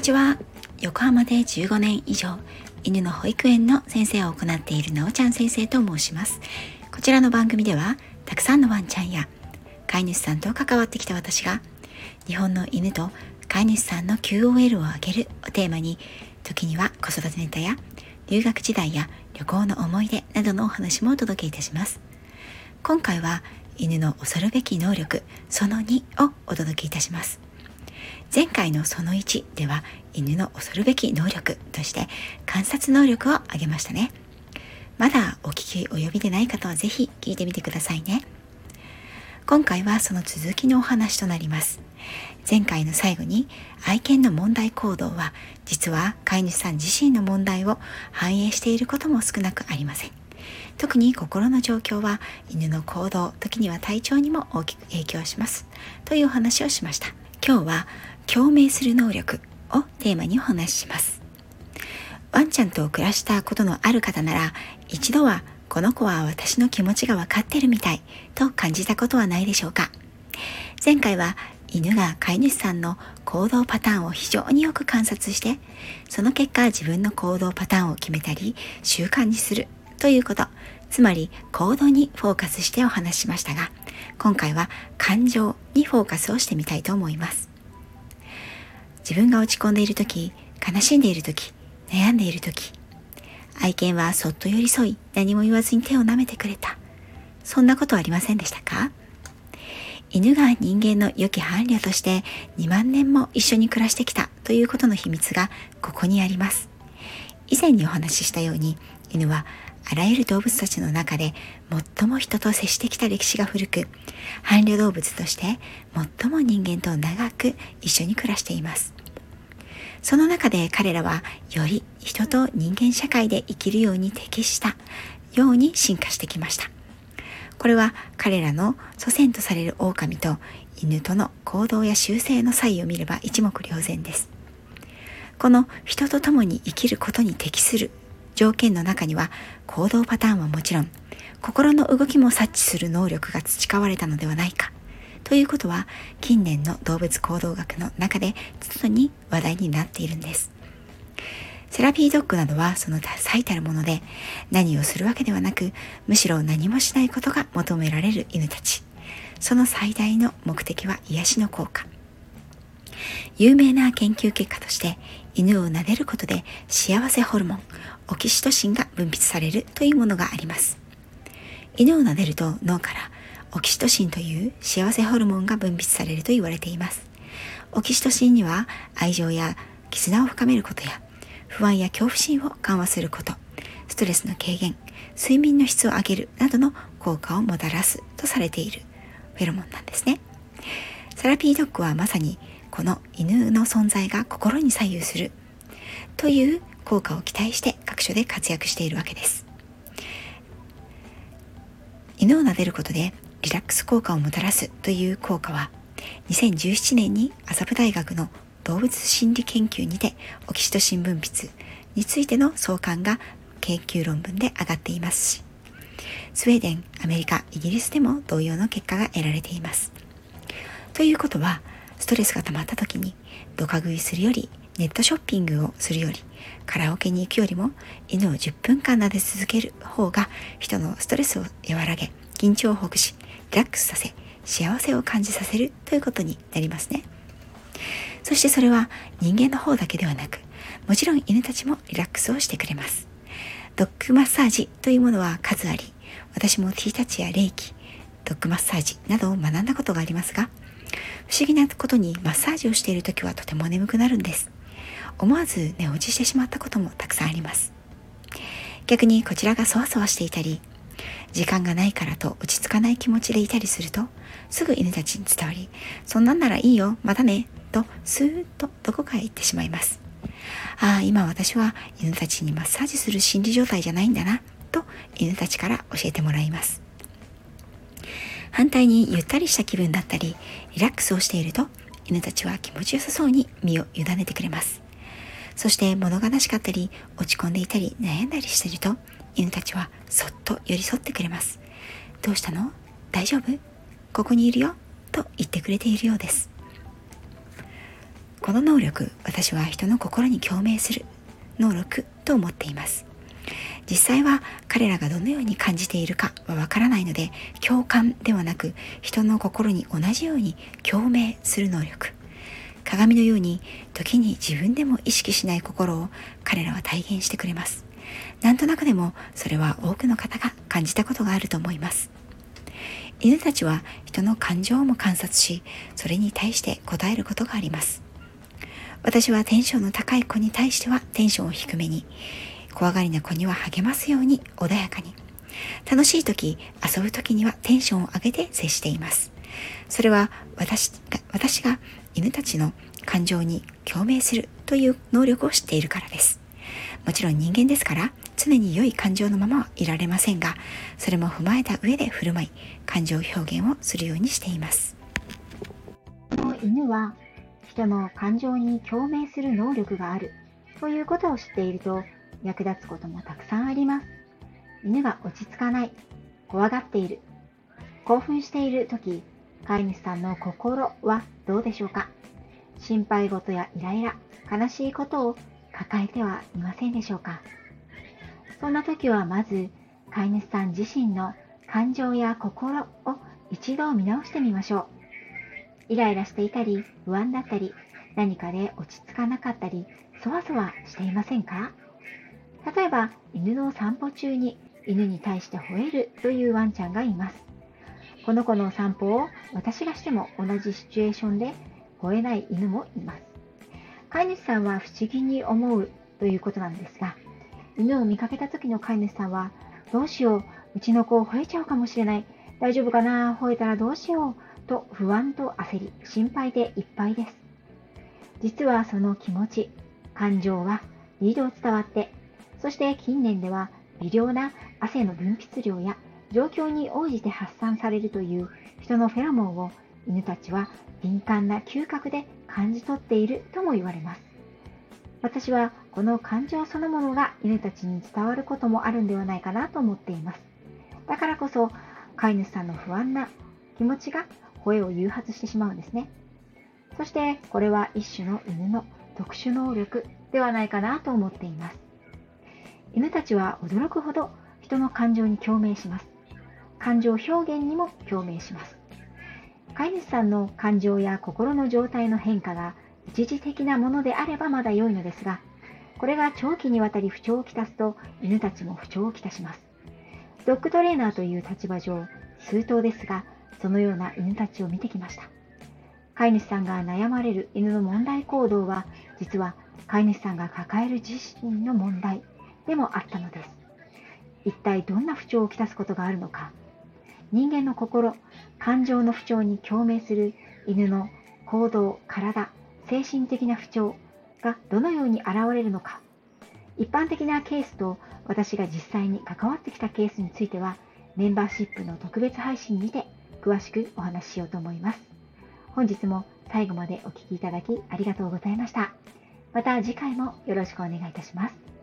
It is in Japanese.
ちは。横浜で15年以上犬の保育園の先生を行っているなおちゃん先生と申します。こちらの番組ではたくさんのワンちゃんや飼い主さんと関わってきた私が日本の犬と飼い主さんの QOL を上げるをテーマに、時には子育てネタや留学時代や旅行の思い出などのお話もお届けいたします。今回は犬の恐るべき能力その2をお届けいたします。前回のその1では犬の恐るべき能力として観察能力を挙げましたね。まだお聞き及びでない方はぜひ聞いてみてくださいね。今回はその続きのお話となります。前回の最後に愛犬の問題行動は実は飼い主さん自身の問題を反映していることも少なくありません。特に心の状況は犬の行動、時には体調にも大きく影響しますというお話をしました。今日は共鳴する能力をテーマにお話しします。ワンちゃんと暮らしたことのある方なら一度はこの子は私の気持ちが分かってるみたいと感じたことはないでしょうか。前回は犬が飼い主さんの行動パターンを非常によく観察して、その結果自分の行動パターンを決めたり習慣にするということ、つまり行動にフォーカスしてお話ししましたが、今回は感情にフォーカスをしてみたいと思います。自分が落ち込んでいるとき、悲しんでいるとき、悩んでいるとき、愛犬はそっと寄り添い何も言わずに手を舐めてくれた。そんなことはありませんでしたか？犬が人間の良き伴侶として2万年も一緒に暮らしてきたということの秘密がここにあります。以前にお話ししたように、犬はあらゆる動物たちの中で最も人と接してきた歴史が古く、伴侶動物として最も人間と長く一緒に暮らしています。その中で彼らはより人と人間社会で生きるように適したように進化してきました。これは彼らの祖先とされる狼と犬との行動や習性の差異を見れば一目瞭然です。この人と共に生きることに適する条件の中には、行動パターンはもちろん心の動きも察知する能力が培われたのではないかということは、近年の動物行動学の中で常に話題になっているんです。セラピードッグなどはその最たるもので、何をするわけではなく、むしろ何もしないことが求められる犬たち。その最大の目的は癒しの効果。有名な研究結果として、犬を撫でることで幸せホルモンオキシトシンが分泌されるというものがあります。犬を撫でると脳からオキシトシンという幸せホルモンが分泌されると言われています。オキシトシンには愛情や絆を深めることや不安や恐怖心を緩和すること、ストレスの軽減、睡眠の質を上げるなどの効果をもたらすとされているフェロモンなんですね。セラピードッグはまさにこの犬の存在が心に左右するという効果を期待して各所で活躍しているわけです。犬を撫でることでリラックス効果をもたらすという効果は、2017年に麻布大学の動物心理研究にてオキシトシン分泌についての相関が研究論文で上がっていますし、スウェーデン、アメリカ、イギリスでも同様の結果が得られています。ということは、ストレスが溜まった時にドカ食いするより、ネットショッピングをするより、カラオケに行くよりも犬を10分間撫で続ける方が人のストレスを和らげ、緊張をほぐし、リラックスさせ、幸せを感じさせるということになりますね。そしてそれは人間の方だけではなく、もちろん犬たちもリラックスをしてくれます。ドッグマッサージというものは数あり、私も T タッチやレイキ、ドッグマッサージなどを学んだことがありますが、不思議なことにマッサージをしているときはとても眠くなるんです。思わず寝落ちしてしまったこともたくさんあります。逆にこちらがそわそわしていたり、時間がないからと落ち着かない気持ちでいたりすると、すぐ犬たちに伝わり、そんなんならいいよ、またねとスーッとどこかへ行ってしまいます。ああ、今私は犬たちにマッサージする心理状態じゃないんだなと犬たちから教えてもらいます。反対にゆったりした気分だったりリラックスをしていると、犬たちは気持ちよさそうに身を委ねてくれます。そして物悲しかったり落ち込んでいたり悩んだりしていると、犬たちはそっと寄り添ってくれます。どうしたの？大丈夫？ここにいるよと言ってくれているようです。 この能力、私は人の心に共鳴する能力と思っています。実際は彼らがどのように感じているかはわからないので、共感ではなく人の心に同じように共鳴する能力、鏡のように時に自分でも意識しない心を彼らは体現してくれます。なんとなくでもそれは多くの方が感じたことがあると思います。犬たちは人の感情も観察し、それに対して答えることがあります。私はテンションの高い子に対してはテンションを低めに、怖がりな子には励ますように穏やかに、楽しい時、遊ぶ時にはテンションを上げて接しています。それは私が犬たちの感情に共鳴するという能力を知っているからです。もちろん人間ですから常に良い感情のままはいられませんが、それも踏まえた上で振る舞い、感情表現をするようにしています。 この犬は人の感情に共鳴する能力があるということを知っていると役立つこともたくさんあります。犬が落ち着かない、怖がっている、興奮しているとき、飼い主さんの心はどうでしょうか。心配事やイライラ、悲しいことを抱えてはいませんでしょうか。そんな時はまず飼い主さん自身の感情や心を一度見直してみましょう。イライラしていたり、不安だったり、何かで落ち着かなかったり、そわそわしていませんか。例えば、犬の散歩中に犬に対して吠えるというワンちゃんがいます。この子の散歩を私がしても同じシチュエーションで吠えない犬もいます。飼い主さんは不思議に思うということなんですが、犬を見かけた時の飼い主さんは、どうしよう、うちの子を吠えちゃうかもしれない、大丈夫かな、吠えたらどうしようと不安と焦り、心配でいっぱいです。実はその気持ち、感情はリードを伝わって、そして近年では微量な汗の分泌量や状況に応じて発散されるという人のフェロモンを犬たちは敏感な嗅覚で感じ取っているとも言われます。私はこの感情そのものが犬たちに伝わることもあるんではないかなと思っています。だからこそ飼い主さんの不安な気持ちが声を誘発してしまうんですね。そしてこれは一種の犬の特殊能力ではないかなと思っています。犬たちは驚くほど人の感情に共鳴します。感情表現にも共鳴します。飼い主さんの感情や心の状態の変化が一時的なものであればまだ良いのですが、これが長期にわたり不調をきたすと犬たちも不調をきたします。ドッグトレーナーという立場上、数頭ですが、そのような犬たちを見てきました。飼い主さんが悩まれる犬の問題行動は、実は飼い主さんが抱える自身の問題でもあったのです。一体どんな不調をきたすことがあるのか。人間の心、感情の不調に共鳴する犬の行動、体、精神的な不調がどのように現れるのか。一般的なケースと私が実際に関わってきたケースについては、メンバーシップの特別配信にて詳しくお話ししようと思います。本日も最後までお聞きいただきありがとうございました。また次回もよろしくお願いいたします。